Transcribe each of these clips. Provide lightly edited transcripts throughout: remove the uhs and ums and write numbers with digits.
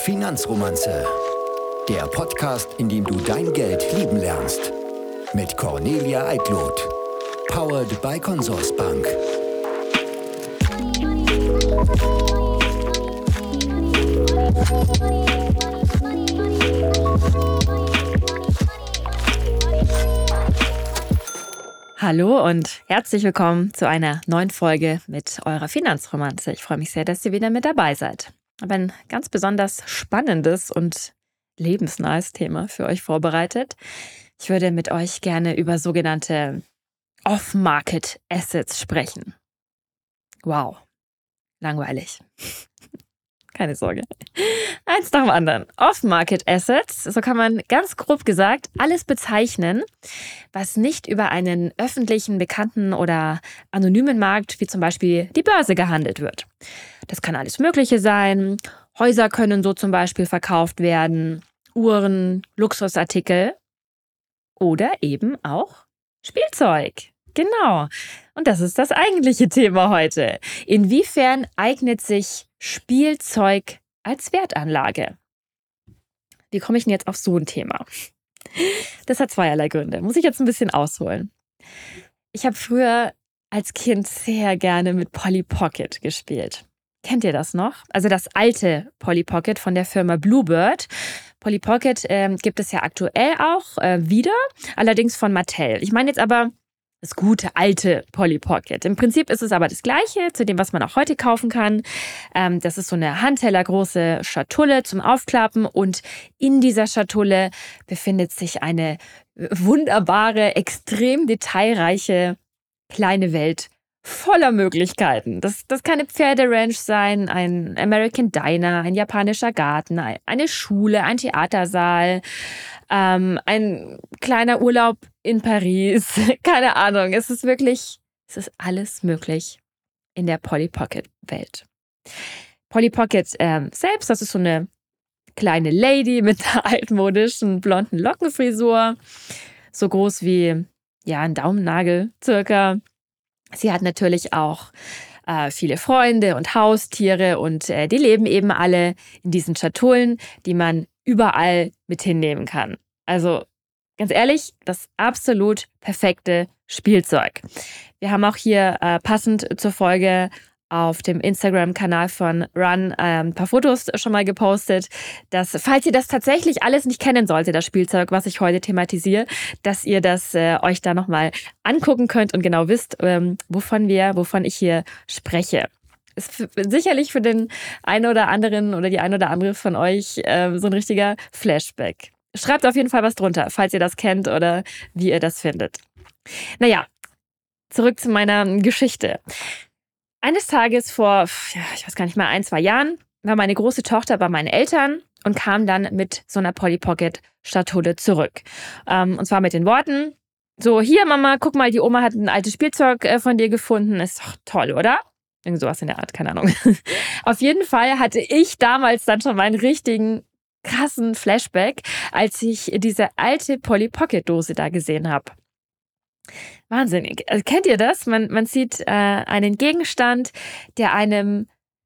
Finanzromanze. Der Podcast, in dem du dein Geld lieben lernst. Mit Cornelia Eickloth. Powered by Consorsbank. Hallo und herzlich willkommen zu einer neuen Folge mit eurer Finanzromanze. Ich freue mich sehr, dass ihr wieder mit dabei seid. Ich habe ein ganz besonders spannendes und lebensnahes Thema für euch vorbereitet. Ich würde mit euch gerne über sogenannte Off-Market-Assets sprechen. Wow, langweilig. Keine Sorge. Eins nach dem anderen. Off-Market-Assets, so kann man ganz grob gesagt alles bezeichnen, was nicht über einen öffentlichen, bekannten oder anonymen Markt, wie zum Beispiel die Börse, gehandelt wird. Das kann alles Mögliche sein. Häuser können so zum Beispiel verkauft werden, Uhren, Luxusartikel oder eben auch Spielzeug. Genau. Und das ist das eigentliche Thema heute. Inwiefern eignet sich Spielzeug als Wertanlage? Wie komme ich denn jetzt auf so ein Thema? Das hat zweierlei Gründe. Muss ich jetzt ein bisschen ausholen. Ich habe früher als Kind sehr gerne mit Polly Pocket gespielt. Kennt ihr das noch? Also das alte Polly Pocket von der Firma Bluebird. Polly Pocket gibt es ja aktuell auch wieder, allerdings von Mattel. Ich meine jetzt aber das gute, alte Polly Pocket. Im Prinzip ist es aber das Gleiche zu dem, was man auch heute kaufen kann. Das ist so eine handtellergroße Schatulle zum Aufklappen und in dieser Schatulle befindet sich eine wunderbare, extrem detailreiche kleine Welt voller Möglichkeiten. Das kann eine Pferderanch sein, ein American Diner, ein japanischer Garten, eine Schule, ein Theatersaal, ein kleiner Urlaub in Paris. Keine Ahnung. Es ist alles möglich in der Polly Pocket Welt. Polly Pocket selbst, das ist so eine kleine Lady mit einer altmodischen blonden Lockenfrisur. So groß wie ein Daumennagel circa. Sie hat natürlich auch viele Freunde und Haustiere und die leben eben alle in diesen Schatullen, die man überall mit hinnehmen kann. Also ganz ehrlich, das absolut perfekte Spielzeug. Wir haben auch hier passend zur Folge auf dem Instagram-Kanal von Run ein paar Fotos schon mal gepostet, dass, falls ihr das tatsächlich alles nicht kennen solltet, das Spielzeug, was ich heute thematisiere, dass ihr das euch da nochmal angucken könnt und genau wisst, wovon ich hier spreche. Ist sicherlich für den einen oder anderen oder die ein oder andere von euch so ein richtiger Flashback. Schreibt auf jeden Fall was drunter, falls ihr das kennt oder wie ihr das findet. Naja, zurück zu meiner Geschichte. Eines Tages vor, ich weiß gar nicht mal, 1-2 Jahren, war meine große Tochter bei meinen Eltern und kam dann mit so einer Polly Pocket Schatulle zurück. Und zwar mit den Worten, so, hier Mama, guck mal, die Oma hat ein altes Spielzeug von dir gefunden. Ist doch toll, oder? Irgend sowas in der Art, keine Ahnung. Auf jeden Fall hatte ich damals dann schon meinen richtigen krassen Flashback, als ich diese alte Polly Pocket Dose da gesehen habe. Wahnsinnig. Also, kennt ihr das? Man sieht einen Gegenstand, der einem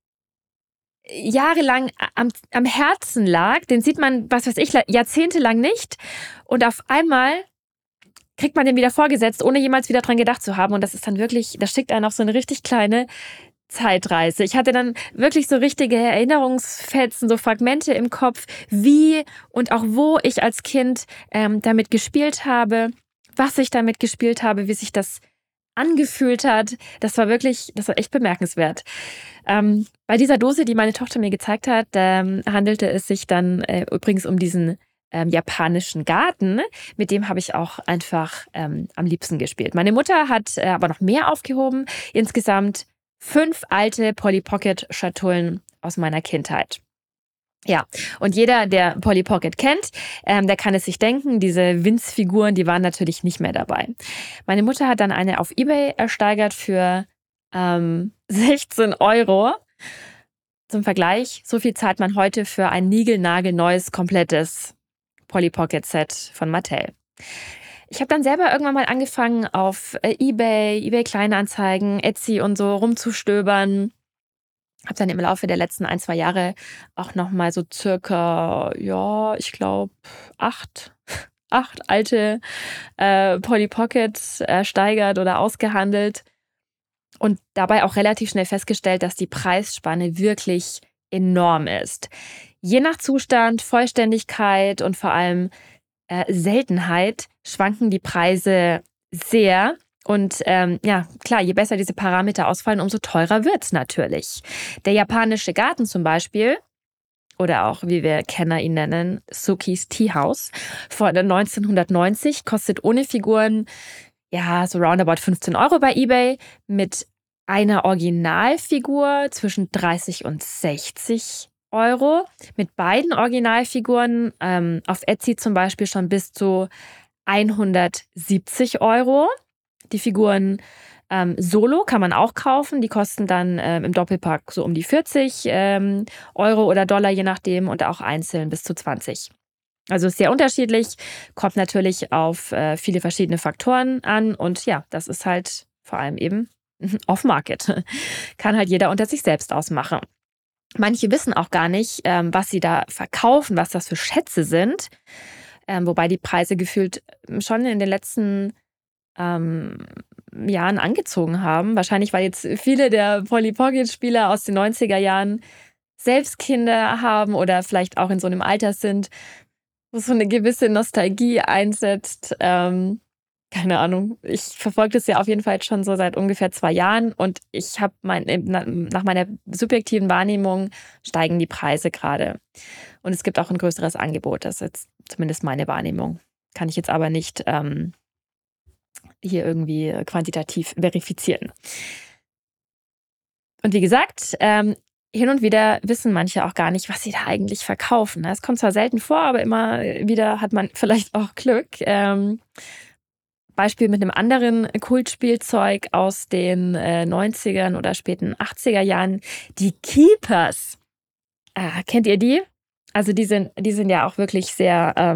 jahrelang am Herzen lag. Den sieht man, was weiß ich, jahrzehntelang nicht. Und auf einmal kriegt man den wieder vorgesetzt, ohne jemals wieder dran gedacht zu haben. Und das ist dann wirklich, das schickt einen auf so eine richtig kleine Zeitreise. Ich hatte dann wirklich so richtige Erinnerungsfetzen, so Fragmente im Kopf, wie und auch wo ich als Kind damit gespielt habe, was ich damit gespielt habe, wie sich das angefühlt hat. Das war echt bemerkenswert. Bei dieser Dose, die meine Tochter mir gezeigt hat, handelte es sich dann übrigens um diesen japanischen Garten. Mit dem habe ich auch einfach am liebsten gespielt. Meine Mutter hat aber noch mehr aufgehoben. Insgesamt 5 alte Polly Pocket Schatullen aus meiner Kindheit. Ja, und jeder, der Polly Pocket kennt, der kann es sich denken, diese Winzfiguren, die waren natürlich nicht mehr dabei. Meine Mutter hat dann eine auf eBay ersteigert für 16 €. Zum Vergleich, so viel zahlt man heute für ein niegelnagelneues, komplettes Polly Pocket Set von Mattel. Ich habe dann selber irgendwann mal angefangen, auf eBay Kleinanzeigen, Etsy und so rumzustöbern. Habe dann im Laufe der letzten 1, 2 Jahre auch nochmal so circa, ja, ich glaube, 8 alte Polly Pockets ersteigert oder ausgehandelt und dabei auch relativ schnell festgestellt, dass die Preisspanne wirklich enorm ist. Je nach Zustand, Vollständigkeit und vor allem Seltenheit schwanken die Preise sehr. Und ja, klar, je besser diese Parameter ausfallen, umso teurer wird es natürlich. Der japanische Garten zum Beispiel, oder auch, wie wir Kenner ihn nennen, Sukis Tea House, von 1990 kostet ohne Figuren ja so roundabout 15 Euro bei eBay, mit einer Originalfigur zwischen 30 und 60 Euro. Mit beiden Originalfiguren auf Etsy zum Beispiel schon bis zu 170 Euro. Die Figuren solo kann man auch kaufen. Die kosten dann im Doppelpack so um die 40 Euro oder Dollar, je nachdem, und auch einzeln bis zu 20. Also ist sehr unterschiedlich, kommt natürlich auf viele verschiedene Faktoren an. Und ja, das ist halt vor allem eben off-market. Kann halt jeder unter sich selbst ausmachen. Manche wissen auch gar nicht, was sie da verkaufen, was das für Schätze sind. Wobei die Preise gefühlt schon in den letzten Jahren angezogen haben. Wahrscheinlich, weil jetzt viele der Polly Pocket-Spieler aus den 90er Jahren selbst Kinder haben oder vielleicht auch in so einem Alter sind, wo so eine gewisse Nostalgie einsetzt. Keine Ahnung. Ich verfolge das ja auf jeden Fall jetzt schon so seit ungefähr 2 Jahren und ich habe nach meiner subjektiven Wahrnehmung steigen die Preise gerade. Und es gibt auch ein größeres Angebot. Das ist jetzt zumindest meine Wahrnehmung. Kann ich jetzt aber nicht hier irgendwie quantitativ verifizieren. Und wie gesagt, hin und wieder wissen manche auch gar nicht, was sie da eigentlich verkaufen. Es kommt zwar selten vor, aber immer wieder hat man vielleicht auch Glück. Beispiel mit einem anderen Kultspielzeug aus den 90ern oder späten 80er Jahren, die Keepers. Kennt ihr die? Also die sind ja auch wirklich sehr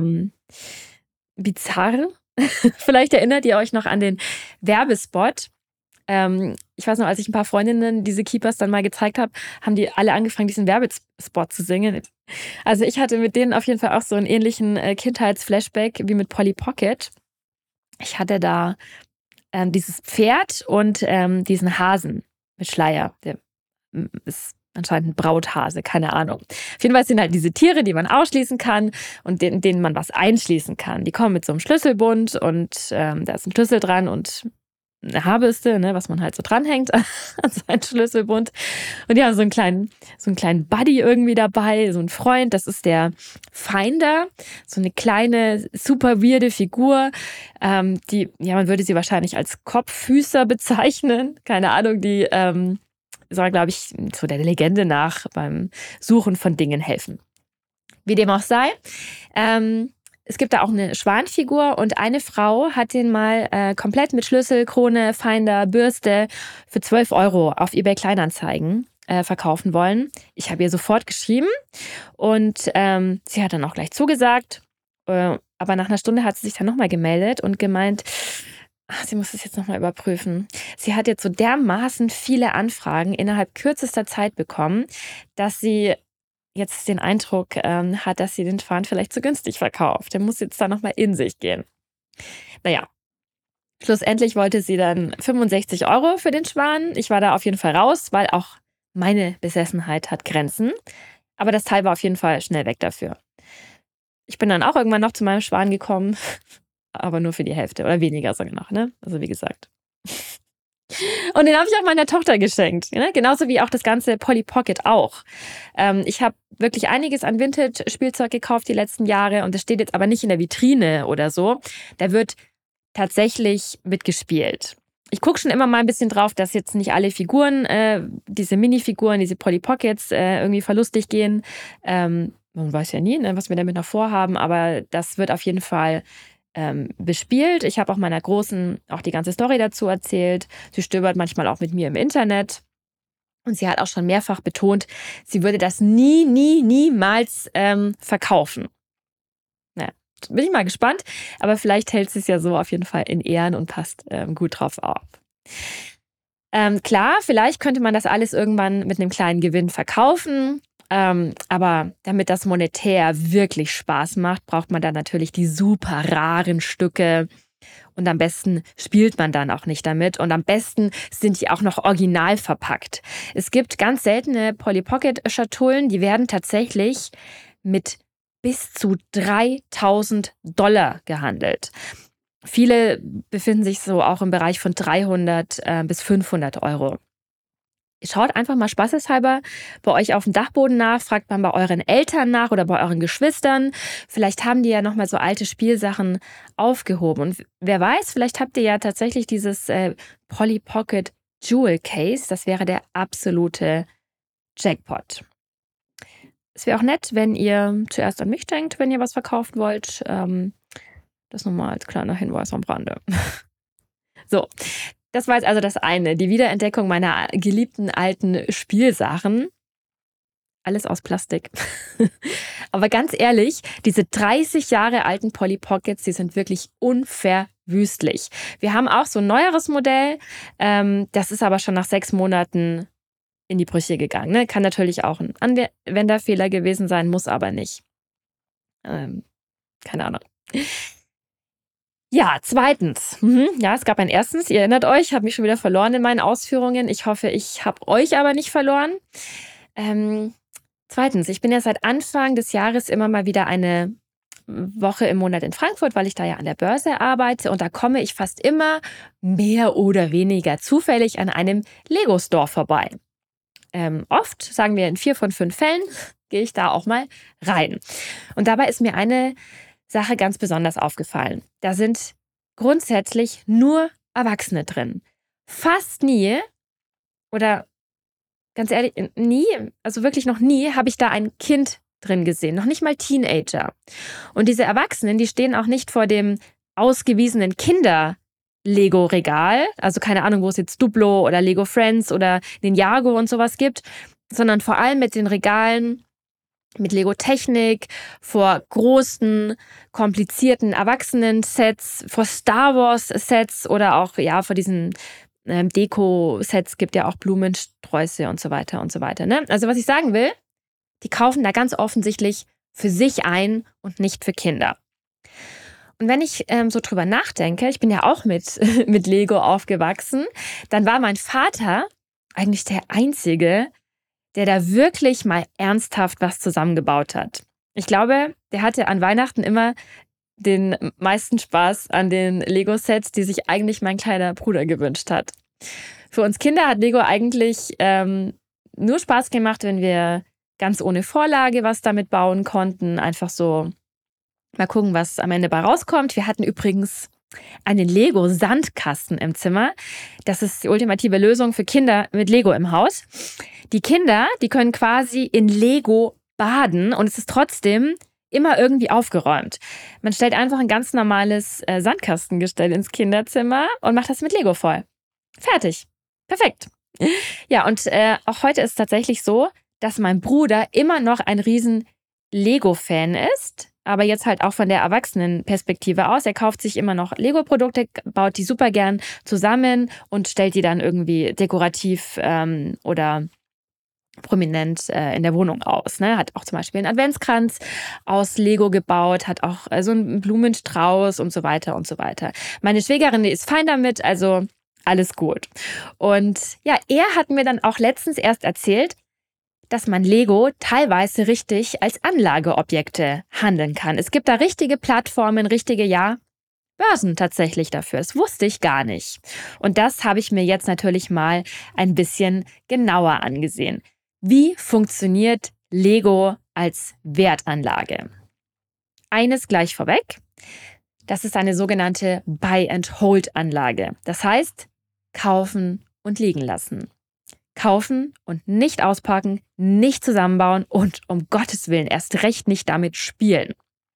bizarr. Vielleicht erinnert ihr euch noch an den Werbespot. Ich weiß noch, als ich ein paar Freundinnen diese Keepers dann mal gezeigt habe, haben die alle angefangen, diesen Werbespot zu singen. Also ich hatte mit denen auf jeden Fall auch so einen ähnlichen Kindheitsflashback wie mit Polly Pocket. Ich hatte da dieses Pferd und diesen Hasen mit Schleier. Der ist anscheinend ein Brauthase, keine Ahnung. Auf jeden Fall sind halt diese Tiere, die man ausschließen kann und denen man was einschließen kann. Die kommen mit so einem Schlüsselbund und da ist ein Schlüssel dran und eine Haarbürste, ne, was man halt so dranhängt an seinen Schlüsselbund. Und die haben so einen kleinen Buddy irgendwie dabei, so einen Freund, das ist der Finder, so eine kleine, super weirde Figur, die, ja, man würde sie wahrscheinlich als Kopffüßer bezeichnen, keine Ahnung, die soll, glaube ich, so der Legende nach beim Suchen von Dingen helfen. Wie dem auch sei, es gibt da auch eine Schwanfigur und eine Frau hat den mal komplett mit Schlüssel, Krone, Finder, Bürste für 12 Euro auf eBay Kleinanzeigen verkaufen wollen. Ich habe ihr sofort geschrieben und sie hat dann auch gleich zugesagt. Aber nach einer Stunde hat sie sich dann nochmal gemeldet und gemeint, sie muss es jetzt nochmal überprüfen. Sie hat jetzt so dermaßen viele Anfragen innerhalb kürzester Zeit bekommen, dass sie jetzt den Eindruck hat, dass sie den Schwan vielleicht zu günstig verkauft. Der muss jetzt da nochmal in sich gehen. Naja, schlussendlich wollte sie dann 65 Euro für den Schwan. Ich war da auf jeden Fall raus, weil auch meine Besessenheit hat Grenzen. Aber das Teil war auf jeden Fall schnell weg dafür. Ich bin dann auch irgendwann noch zu meinem Schwan gekommen, aber nur für die Hälfte oder weniger sogar noch, ne? Also wie gesagt. Und den habe ich auch meiner Tochter geschenkt. Ne? Genauso wie auch das ganze Polly Pocket auch. Ich habe wirklich einiges an Vintage-Spielzeug gekauft die letzten Jahre und das steht jetzt aber nicht in der Vitrine oder so. Da wird tatsächlich mitgespielt. Ich gucke schon immer mal ein bisschen drauf, dass jetzt nicht alle Figuren, diese Minifiguren, diese Polly Pockets irgendwie verlustig gehen. Man weiß ja nie, ne, was wir damit noch vorhaben, aber das wird auf jeden Fall bespielt. Ich habe auch meiner Großen auch die ganze Story dazu erzählt. Sie stöbert manchmal auch mit mir im Internet. Und sie hat auch schon mehrfach betont, sie würde das niemals verkaufen. Naja, bin ich mal gespannt. Aber vielleicht hält sie es ja so auf jeden Fall in Ehren und passt gut drauf auf. Klar, vielleicht könnte man das alles irgendwann mit einem kleinen Gewinn verkaufen. Aber damit das monetär wirklich Spaß macht, braucht man dann natürlich die super raren Stücke. Und am besten spielt man dann auch nicht damit. Und am besten sind die auch noch original verpackt. Es gibt ganz seltene Polly Pocket Schatullen, die werden tatsächlich mit bis zu $3.000 gehandelt. Viele befinden sich so auch im Bereich von 300 bis 500 Euro. Schaut einfach mal spaßeshalber bei euch auf dem Dachboden nach, fragt mal bei euren Eltern nach oder bei euren Geschwistern. Vielleicht haben die ja nochmal so alte Spielsachen aufgehoben. Und wer weiß, vielleicht habt ihr ja tatsächlich dieses Polly Pocket Jewel Case. Das wäre der absolute Jackpot. Es wäre auch nett, wenn ihr zuerst an mich denkt, wenn ihr was verkaufen wollt. Das nochmal als kleiner Hinweis am Rande. So. Das war jetzt also das eine, die Wiederentdeckung meiner geliebten alten Spielsachen. Alles aus Plastik. Aber ganz ehrlich, diese 30 Jahre alten Polly Pockets, die sind wirklich unverwüstlich. Wir haben auch so ein neueres Modell, das ist aber schon nach 6 Monaten in die Brüche gegangen. Ne? Kann natürlich auch ein Anwenderfehler gewesen sein, muss aber nicht. Keine Ahnung. Ja, zweitens. Ja, es gab ein erstens. Ihr erinnert euch, ich habe mich schon wieder verloren in meinen Ausführungen. Ich hoffe, ich habe euch aber nicht verloren. Zweitens, ich bin ja seit Anfang des Jahres immer mal wieder eine Woche im Monat in Frankfurt, weil ich da ja an der Börse arbeite. Und da komme ich fast immer mehr oder weniger zufällig an einem Lego-Store vorbei. Oft, sagen wir in 4 von 5 Fällen, gehe ich da auch mal rein. Und dabei ist mir eine Sache ganz besonders aufgefallen. Da sind grundsätzlich nur Erwachsene drin. Fast nie, oder ganz ehrlich, nie, also wirklich noch nie, habe ich da ein Kind drin gesehen. Noch nicht mal Teenager. Und diese Erwachsenen, die stehen auch nicht vor dem ausgewiesenen Kinder-Lego-Regal, also keine Ahnung, wo es jetzt Duplo oder Lego Friends oder Ninjago und sowas gibt, sondern vor allem mit den Regalen mit Lego-Technik, vor großen, komplizierten Erwachsenen-Sets, vor Star Wars-Sets oder auch ja vor diesen Deko-Sets, gibt ja auch Blumensträuße und so weiter und so weiter. Ne? Also was ich sagen will, die kaufen da ganz offensichtlich für sich ein und nicht für Kinder. Und wenn ich so drüber nachdenke, ich bin ja auch mit Lego aufgewachsen, dann war mein Vater eigentlich der Einzige, der da wirklich mal ernsthaft was zusammengebaut hat. Ich glaube, der hatte an Weihnachten immer den meisten Spaß an den Lego-Sets, die sich eigentlich mein kleiner Bruder gewünscht hat. Für uns Kinder hat Lego eigentlich nur Spaß gemacht, wenn wir ganz ohne Vorlage was damit bauen konnten. Einfach so mal gucken, was am Ende bei rauskommt. Wir hatten übrigens einen Lego-Sandkasten im Zimmer. Das ist die ultimative Lösung für Kinder mit Lego im Haus. Die Kinder, die können quasi in Lego baden und es ist trotzdem immer irgendwie aufgeräumt. Man stellt einfach ein ganz normales Sandkastengestell ins Kinderzimmer und macht das mit Lego voll. Fertig. Perfekt. Ja, und auch heute ist es tatsächlich so, dass mein Bruder immer noch ein riesen Lego-Fan ist, aber jetzt halt auch von der Erwachsenenperspektive aus. Er kauft sich immer noch Lego-Produkte, baut die super gern zusammen und stellt die dann irgendwie dekorativ oder prominent in der Wohnung aus. Ne? Hat auch zum Beispiel einen Adventskranz aus Lego gebaut, hat auch so einen Blumenstrauß und so weiter und so weiter. Meine Schwägerin, die ist fein damit, also alles gut. Und ja, er hat mir dann auch letztens erst erzählt, dass man Lego teilweise richtig als Anlageobjekte handeln kann. Es gibt da richtige Plattformen, richtige, ja, Börsen tatsächlich dafür. Das wusste ich gar nicht. Und das habe ich mir jetzt natürlich mal ein bisschen genauer angesehen. Wie funktioniert Lego als Wertanlage? Eines gleich vorweg. Das ist eine sogenannte Buy-and-Hold-Anlage. Das heißt, kaufen und liegen lassen. Kaufen und nicht auspacken, nicht zusammenbauen und um Gottes Willen erst recht nicht damit spielen.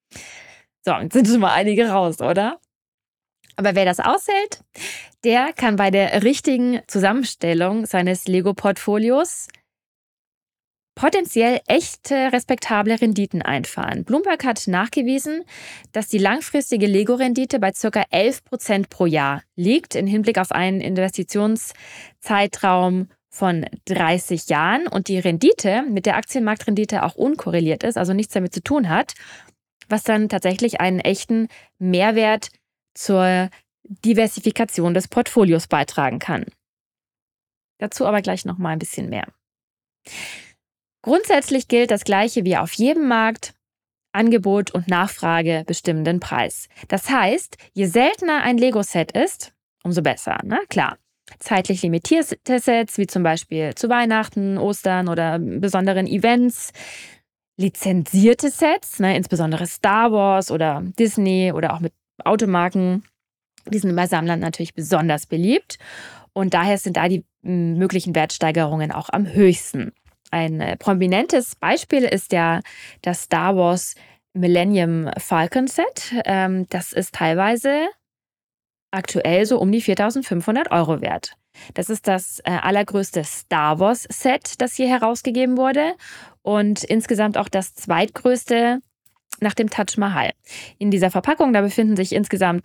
So, jetzt sind schon mal einige raus, oder? Aber wer das aushält, der kann bei der richtigen Zusammenstellung seines Lego-Portfolios potenziell echte, respektable Renditen einfahren. Bloomberg hat nachgewiesen, dass die langfristige Lego-Rendite bei ca. 11% pro Jahr liegt, im Hinblick auf einen Investitionszeitraum von 30 Jahren und die Rendite mit der Aktienmarktrendite auch unkorreliert ist, also nichts damit zu tun hat, was dann tatsächlich einen echten Mehrwert zur Diversifikation des Portfolios beitragen kann. Dazu aber gleich noch mal ein bisschen mehr. Grundsätzlich gilt das Gleiche wie auf jedem Markt: Angebot und Nachfrage bestimmen den Preis. Das heißt, je seltener ein Lego-Set ist, umso besser, ne? Klar. Zeitlich limitierte Sets, wie zum Beispiel zu Weihnachten, Ostern oder besonderen Events. Lizenzierte Sets, ne, insbesondere Star Wars oder Disney oder auch mit Automarken, die sind bei Sammlern natürlich besonders beliebt. Und daher sind da die möglichen Wertsteigerungen auch am höchsten. Ein prominentes Beispiel ist das Star Wars Millennium Falcon Set. Das ist teilweise aktuell so um die 4.500 € wert. Das ist das allergrößte Star Wars Set, das hier herausgegeben wurde und insgesamt auch das zweitgrößte nach dem Taj Mahal. In dieser Verpackung, da befinden sich insgesamt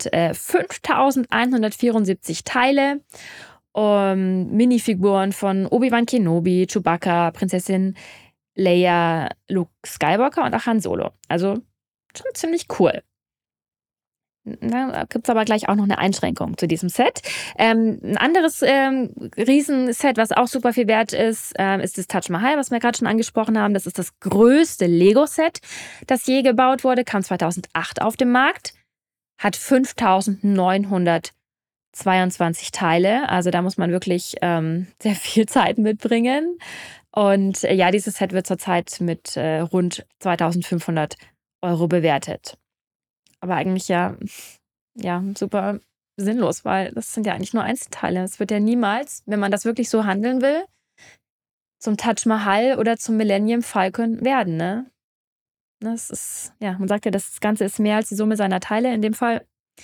5.174 Teile. Minifiguren von Obi-Wan Kenobi, Chewbacca, Prinzessin Leia, Luke Skywalker und auch Han Solo. Also schon ziemlich cool. Da gibt es aber gleich auch noch eine Einschränkung zu diesem Set. Ein anderes Riesenset, was auch super viel wert ist, ist das Taj Mahal, was wir gerade schon angesprochen haben. Das ist das größte Lego-Set, das je gebaut wurde, kam 2008 auf den Markt, hat 5.922 Teile. Also da muss man wirklich sehr viel Zeit mitbringen. Und ja, dieses Set wird zurzeit mit rund 2.500 € bewertet. Aber eigentlich ja super sinnlos, weil das sind ja eigentlich nur Einzelteile. Es wird ja niemals, wenn man das wirklich so handeln will, zum Taj Mahal oder zum Millennium Falcon werden, ne? Das ist, ja, man sagt ja, das Ganze ist mehr als die Summe seiner Teile. In dem Fall,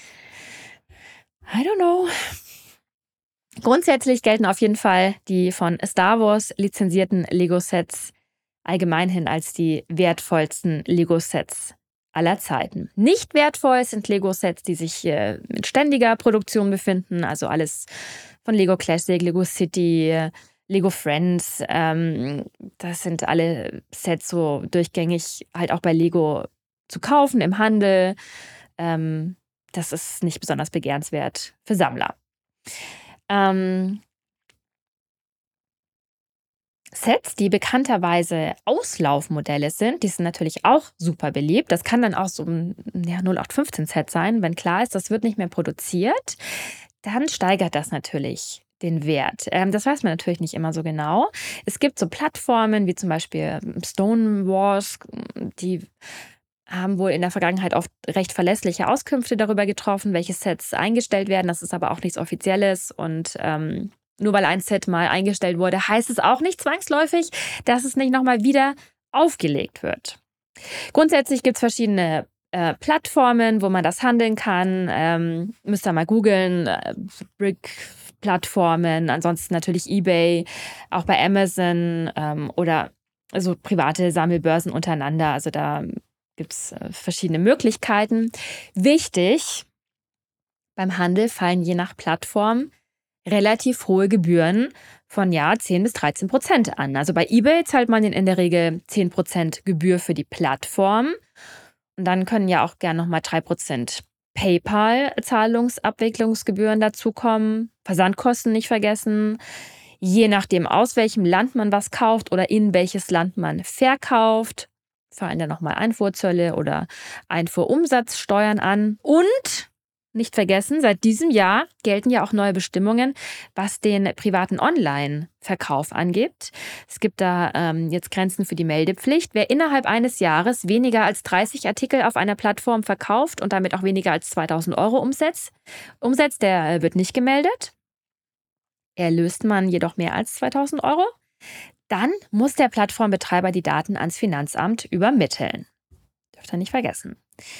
I don't know. Grundsätzlich gelten auf jeden Fall die von Star Wars lizenzierten Lego-Sets allgemeinhin als die wertvollsten Lego-Sets aller Zeiten. Nicht wertvoll sind Lego-Sets, die sich in ständiger Produktion befinden, also alles von Lego Classic, Lego City, Lego Friends. Das sind alle Sets so durchgängig halt auch bei Lego zu kaufen im Handel. Das ist nicht besonders begehrenswert für Sammler. Sets, die bekannterweise Auslaufmodelle sind, die sind natürlich auch super beliebt. Das kann dann auch so ein 0815-Set sein, wenn klar ist, das wird nicht mehr produziert. Dann steigert das natürlich den Wert. Das weiß man natürlich nicht immer so genau. Es gibt so Plattformen wie zum Beispiel Stonewalls, die haben wohl in der Vergangenheit oft recht verlässliche Auskünfte darüber getroffen, welche Sets eingestellt werden. Das ist aber auch nichts Offizielles und nur weil ein Set mal eingestellt wurde, heißt es auch nicht zwangsläufig, dass es nicht nochmal wieder aufgelegt wird. Grundsätzlich gibt es verschiedene Plattformen, wo man das handeln kann. Müsst ihr mal googeln. Brick-Plattformen, ansonsten natürlich eBay, auch bei Amazon oder also private Sammelbörsen untereinander. Also da gibt es verschiedene Möglichkeiten. Wichtig, beim Handel fallen je nach Plattform relativ hohe Gebühren von 10 bis 13% an. Also bei eBay zahlt man in der Regel 10% Gebühr für die Plattform. Und dann können ja auch gerne nochmal 3% PayPal-Zahlungsabwicklungsgebühren dazukommen. Versandkosten nicht vergessen. Je nachdem, aus welchem Land man was kauft oder in welches Land man verkauft, fallen dann nochmal Einfuhrzölle oder Einfuhrumsatzsteuern an. Und nicht vergessen, seit diesem Jahr gelten ja auch neue Bestimmungen, was den privaten Online-Verkauf angeht. Es gibt da jetzt Grenzen für die Meldepflicht. Wer innerhalb eines Jahres weniger als 30 Artikel auf einer Plattform verkauft und damit auch weniger als 2.000 € umsetzt, der wird nicht gemeldet. Erlöst man jedoch mehr als 2.000 €, dann muss der Plattformbetreiber die Daten ans Finanzamt übermitteln. Dürft ihr nicht vergessen.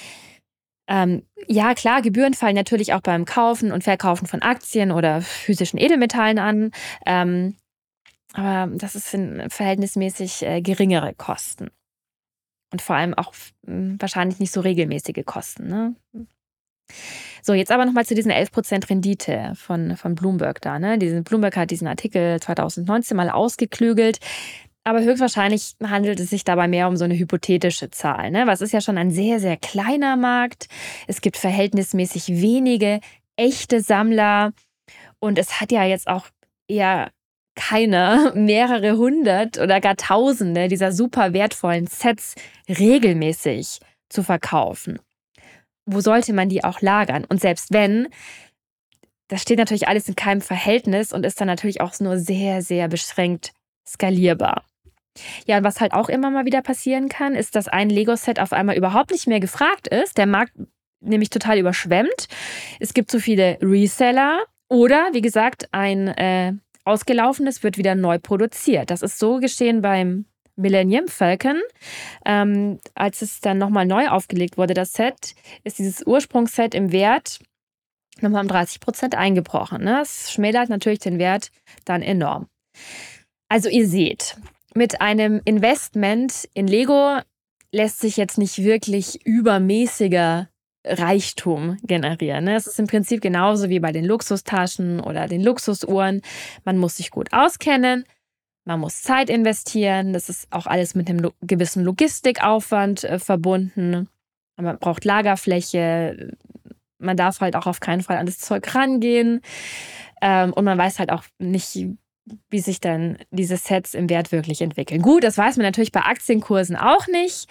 Ja, klar, Gebühren fallen natürlich auch beim Kaufen und Verkaufen von Aktien oder physischen Edelmetallen an. Aber das sind verhältnismäßig geringere Kosten. Und vor allem auch wahrscheinlich nicht so regelmäßige Kosten. Ne? So, jetzt aber nochmal zu diesen 11% Rendite von Bloomberg da. Ne? Bloomberg hat diesen Artikel 2019 mal ausgeklügelt. Aber höchstwahrscheinlich handelt es sich dabei mehr um so eine hypothetische Zahl. Ne? Was ist ja schon ein sehr, sehr kleiner Markt. Es gibt verhältnismäßig wenige echte Sammler. Und es hat ja jetzt auch eher keiner mehrere hundert oder gar Tausende dieser super wertvollen Sets regelmäßig zu verkaufen. Wo sollte man die auch lagern? Und selbst wenn, das steht natürlich alles in keinem Verhältnis und ist dann natürlich auch nur sehr, sehr beschränkt skalierbar. Ja, und was halt auch immer mal wieder passieren kann, ist, dass ein Lego-Set auf einmal überhaupt nicht mehr gefragt ist. Der Markt nämlich total überschwemmt. Es gibt zu viele Reseller oder, wie gesagt, ein ausgelaufenes wird wieder neu produziert. Das ist so geschehen beim Millennium Falcon. Als es dann nochmal neu aufgelegt wurde, das Set, ist dieses Ursprungsset im Wert nochmal um 30% eingebrochen. Ne? Das schmälert natürlich den Wert dann enorm. Also ihr seht, mit einem Investment in Lego lässt sich jetzt nicht wirklich übermäßiger Reichtum generieren. Ne? Es ist im Prinzip genauso wie bei den Luxustaschen oder den Luxusuhren. Man muss sich gut auskennen, man muss Zeit investieren. Das ist auch alles mit einem gewissen Logistikaufwand verbunden. Man braucht Lagerfläche. Man darf halt auch auf keinen Fall an das Zeug rangehen. Und man weiß halt auch nicht, wie sich dann diese Sets im Wert wirklich entwickeln. Gut, das weiß man natürlich bei Aktienkursen auch nicht.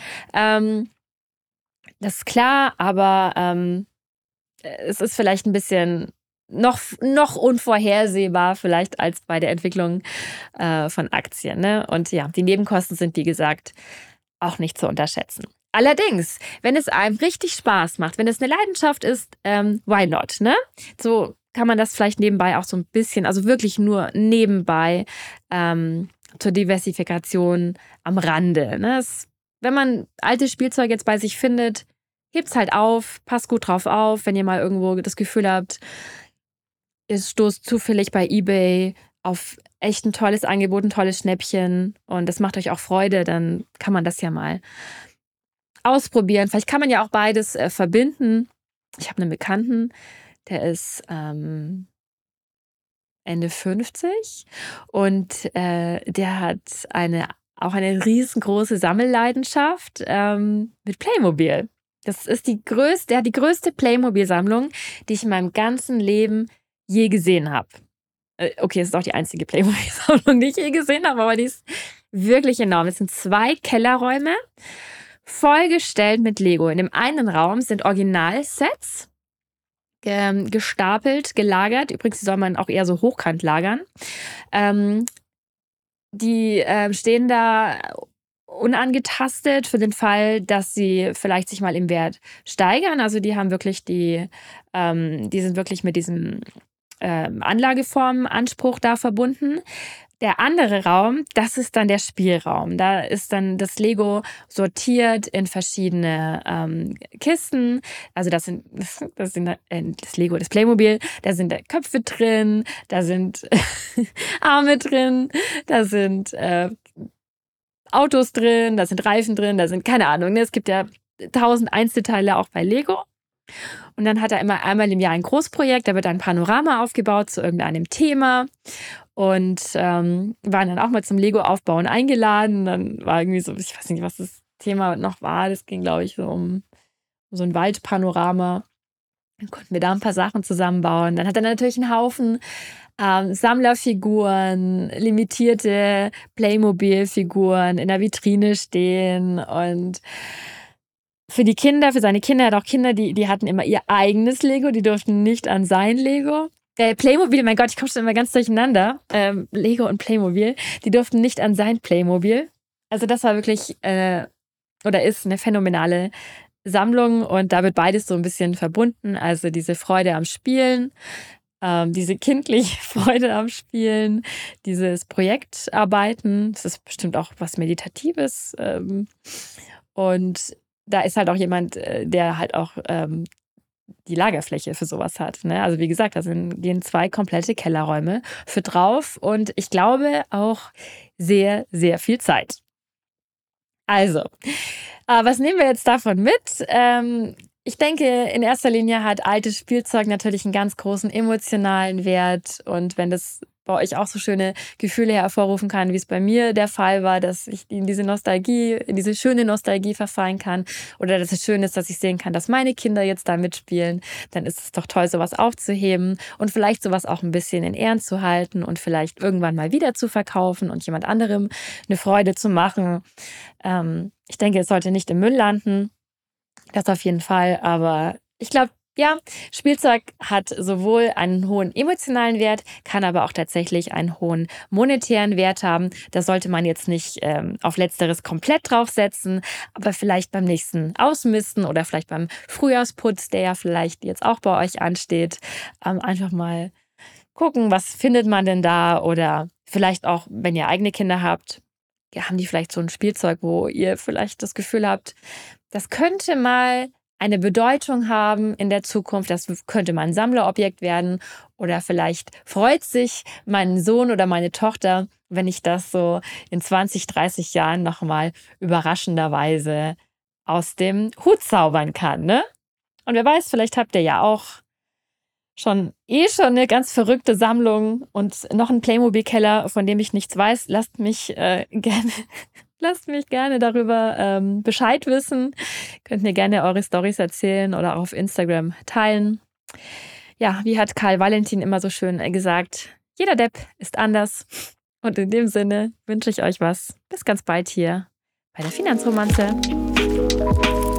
Das ist klar, aber es ist vielleicht ein bisschen noch unvorhersehbar vielleicht als bei der Entwicklung von Aktien. Ne? Und ja, die Nebenkosten sind, wie gesagt, auch nicht zu unterschätzen. Allerdings, wenn es einem richtig Spaß macht, wenn es eine Leidenschaft ist, why not? Ne? So kann man das vielleicht nebenbei auch so ein bisschen, also wirklich nur nebenbei zur Diversifikation am Rande. Ne? Wenn man altes Spielzeug jetzt bei sich findet, hebt's halt auf, passt gut drauf auf, wenn ihr mal irgendwo das Gefühl habt, ihr stoßt zufällig bei eBay auf echt ein tolles Angebot, ein tolles Schnäppchen und das macht euch auch Freude, dann kann man das ja mal ausprobieren. Vielleicht kann man ja auch beides verbinden. Ich habe einen Bekannten, der ist Ende 50 und der hat auch eine riesengroße Sammelleidenschaft mit Playmobil. Das ist der hat die größte Playmobil-Sammlung, die ich in meinem ganzen Leben je gesehen habe. Okay, es ist auch die einzige Playmobil-Sammlung, die ich je gesehen habe, aber die ist wirklich enorm. Es sind 2 Kellerräume, vollgestellt mit Lego. In dem einen Raum sind Originalsets, gestapelt, gelagert. Übrigens, die soll man auch eher so hochkant lagern. Die stehen da unangetastet für den Fall, dass sie vielleicht sich mal im Wert steigern. Also die haben wirklich die sind wirklich mit diesem Anlageform-Anspruch da verbunden. Der andere Raum, das ist dann der Spielraum. Da ist dann das Lego sortiert in verschiedene Kisten. Also das Lego, das Playmobil, da sind Köpfe drin, da sind Arme drin, da sind Autos drin, da sind Reifen drin, da sind, keine Ahnung, ne? Es gibt ja 1000 Einzelteile auch bei Lego. Und dann hat er immer einmal im Jahr ein Großprojekt, da wird ein Panorama aufgebaut zu irgendeinem Thema. Und waren dann auch mal zum Lego-Aufbauen eingeladen. Dann war irgendwie so, ich weiß nicht, was das Thema noch war. Das ging, glaube ich, so um so ein Waldpanorama. Dann konnten wir da ein paar Sachen zusammenbauen. Dann hat er natürlich einen Haufen Sammlerfiguren, limitierte Playmobil-Figuren in der Vitrine stehen. Und für seine Kinder, hat auch Kinder, die hatten immer ihr eigenes Lego. Die durften nicht an sein Lego. Playmobil, mein Gott, ich komme schon immer ganz durcheinander. Lego und Playmobil, die durften nicht an sein Playmobil. Also das war wirklich oder ist eine phänomenale Sammlung und da wird beides so ein bisschen verbunden. Also diese Freude am Spielen, diese kindliche Freude am Spielen, dieses Projektarbeiten, das ist bestimmt auch was Meditatives. Und da ist halt auch jemand, der halt auch die Lagerfläche für sowas hat. Ne? Also wie gesagt, da gehen 2 komplette Kellerräume für drauf und ich glaube auch sehr, sehr viel Zeit. Also, was nehmen wir jetzt davon mit? Ich denke, in erster Linie hat altes Spielzeug natürlich einen ganz großen emotionalen Wert. Und wenn das bei euch auch so schöne Gefühle hervorrufen kann, wie es bei mir der Fall war, dass ich in diese Nostalgie, in diese schöne Nostalgie verfallen kann oder dass es schön ist, dass ich sehen kann, dass meine Kinder jetzt da mitspielen, dann ist es doch toll, sowas aufzuheben und vielleicht sowas auch ein bisschen in Ehren zu halten und vielleicht irgendwann mal wieder zu verkaufen und jemand anderem eine Freude zu machen. Ich denke, es sollte nicht im Müll landen. Das auf jeden Fall, aber ich glaube, ja, Spielzeug hat sowohl einen hohen emotionalen Wert, kann aber auch tatsächlich einen hohen monetären Wert haben. Da sollte man jetzt nicht auf Letzteres komplett draufsetzen, aber vielleicht beim nächsten Ausmisten oder vielleicht beim Frühjahrsputz, der ja vielleicht jetzt auch bei euch ansteht, einfach mal gucken, was findet man denn da oder vielleicht auch, wenn ihr eigene Kinder habt, ja, haben die vielleicht so ein Spielzeug, wo ihr vielleicht das Gefühl habt, das könnte mal eine Bedeutung haben in der Zukunft. Das könnte mal ein Sammlerobjekt werden. Oder vielleicht freut sich mein Sohn oder meine Tochter, wenn ich das so in 20, 30 Jahren nochmal überraschenderweise aus dem Hut zaubern kann. Ne? Und wer weiß, vielleicht habt ihr ja auch schon eine ganz verrückte Sammlung und noch einen Playmobil-Keller, von dem ich nichts weiß. Lasst mich gerne darüber Bescheid wissen. Könnt mir gerne eure Storys erzählen oder auch auf Instagram teilen. Ja, wie hat Karl Valentin immer so schön gesagt, jeder Depp ist anders. Und in dem Sinne wünsche ich euch was. Bis ganz bald hier bei der Finanzromanze.